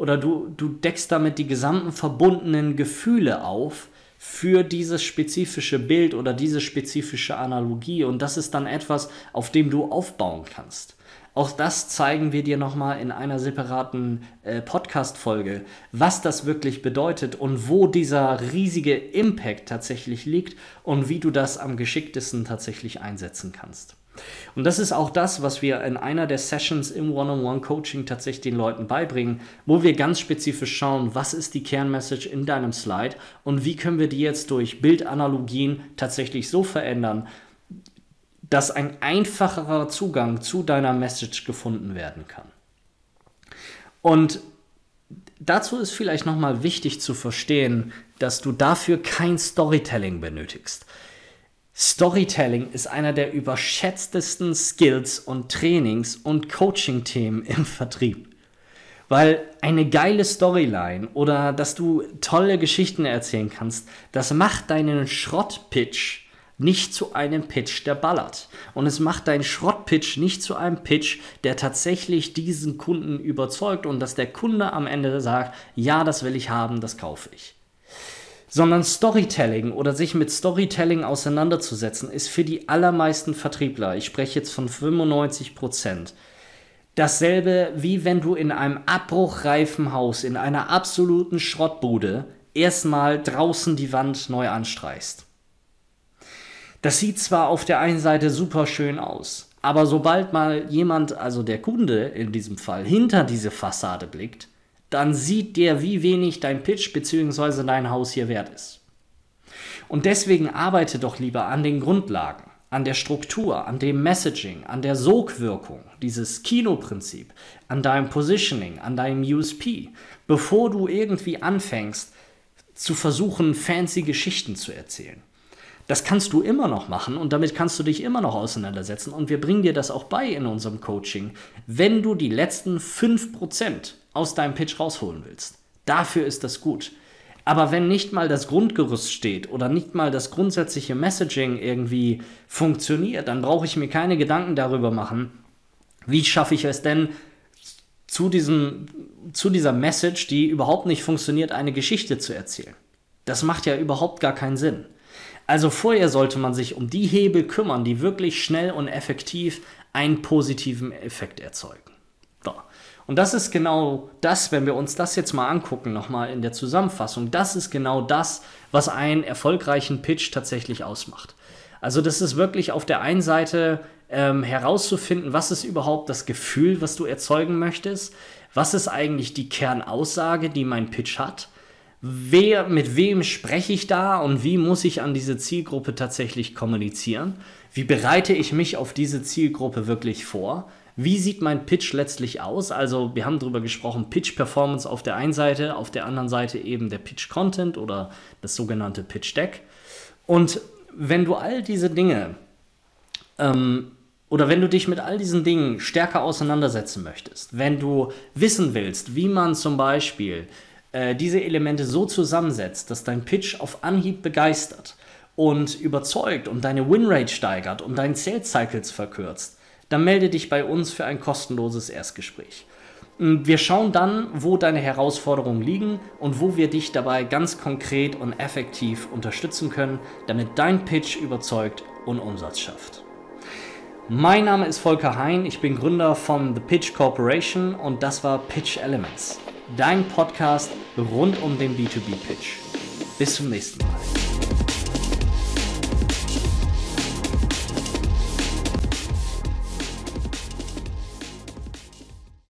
damit die gesamten verbundenen Gefühle auf für dieses spezifische Bild oder diese spezifische Analogie. Und das ist dann etwas, auf dem du aufbauen kannst. Auch das zeigen wir dir nochmal in einer separaten Podcast-Folge, was das wirklich bedeutet und wo dieser riesige Impact tatsächlich liegt und wie du das am geschicktesten tatsächlich einsetzen kannst. Und das ist auch das, was wir in einer der Sessions im One-on-One-Coaching tatsächlich den Leuten beibringen, wo wir ganz spezifisch schauen, was ist die Kernmessage in deinem Slide und wie können wir die jetzt durch Bildanalogien tatsächlich so verändern, dass ein einfacherer Zugang zu deiner Message gefunden werden kann. Und dazu ist vielleicht nochmal wichtig zu verstehen, dass du dafür kein Storytelling benötigst. Storytelling ist einer der überschätztesten Skills und Trainings- und Coaching-Themen im Vertrieb. Weil eine geile Storyline oder dass du tolle Geschichten erzählen kannst, das macht deinen Schrottpitch nicht zu einem Pitch, der ballert. Und es macht deinen Schrottpitch nicht zu einem Pitch, der tatsächlich diesen Kunden überzeugt und dass der Kunde am Ende sagt, ja, das will ich haben, das kaufe ich. Sondern Storytelling oder sich mit Storytelling auseinanderzusetzen, ist für die allermeisten Vertriebler, ich spreche jetzt von 95%, dasselbe wie wenn du in einem abbruchreifen Haus, in einer absoluten Schrottbude, erstmal draußen die Wand neu anstreichst. Das sieht zwar auf der einen Seite super schön aus, aber sobald mal jemand, also der Kunde in diesem Fall, hinter diese Fassade blickt, dann sieht der, wie wenig dein Pitch bzw. dein Haus hier wert ist. Und deswegen arbeite doch lieber an den Grundlagen, an der Struktur, an dem Messaging, an der Sogwirkung, dieses Kinoprinzip, an deinem Positioning, an deinem USP, bevor du irgendwie anfängst zu versuchen, fancy Geschichten zu erzählen. Das kannst du immer noch machen und damit kannst du dich immer noch auseinandersetzen und wir bringen dir das auch bei in unserem Coaching, wenn du die letzten 5% aus deinem Pitch rausholen willst. Dafür ist das gut. Aber wenn nicht mal das Grundgerüst steht oder nicht mal das grundsätzliche Messaging irgendwie funktioniert, dann brauche ich mir keine Gedanken darüber machen, wie schaffe ich es denn, zu dieser Message, die überhaupt nicht funktioniert, eine Geschichte zu erzählen. Das macht ja überhaupt gar keinen Sinn. Also vorher sollte man sich um die Hebel kümmern, die wirklich schnell und effektiv einen positiven Effekt erzeugen. So. Und das ist genau das, wenn wir uns das jetzt mal angucken, nochmal in der Zusammenfassung, das ist genau das, was einen erfolgreichen Pitch tatsächlich ausmacht. Also das ist wirklich auf der einen Seite herauszufinden, was ist überhaupt das Gefühl, was du erzeugen möchtest, was ist eigentlich die Kernaussage, die mein Pitch hat, mit wem spreche ich da und wie muss ich an diese Zielgruppe tatsächlich kommunizieren? Wie bereite ich mich auf diese Zielgruppe wirklich vor? Wie sieht mein Pitch letztlich aus? Also wir haben darüber gesprochen, Pitch Performance auf der einen Seite, auf der anderen Seite eben der Pitch Content oder das sogenannte Pitch Deck. Und wenn du all diese Dinge oder wenn du dich mit all diesen Dingen stärker auseinandersetzen möchtest, wenn du wissen willst, wie man zum Beispiel diese Elemente so zusammensetzt, dass dein Pitch auf Anhieb begeistert und überzeugt und deine Winrate steigert und deinen Sales Cycles verkürzt, dann melde dich bei uns für ein kostenloses Erstgespräch. Wir schauen dann, wo deine Herausforderungen liegen und wo wir dich dabei ganz konkret und effektiv unterstützen können, damit dein Pitch überzeugt und Umsatz schafft. Mein Name ist Volker Hein, ich bin Gründer von The Pitch Corporation und das war Pitch Elements. Dein Podcast rund um den B2B-Pitch. Bis zum nächsten Mal.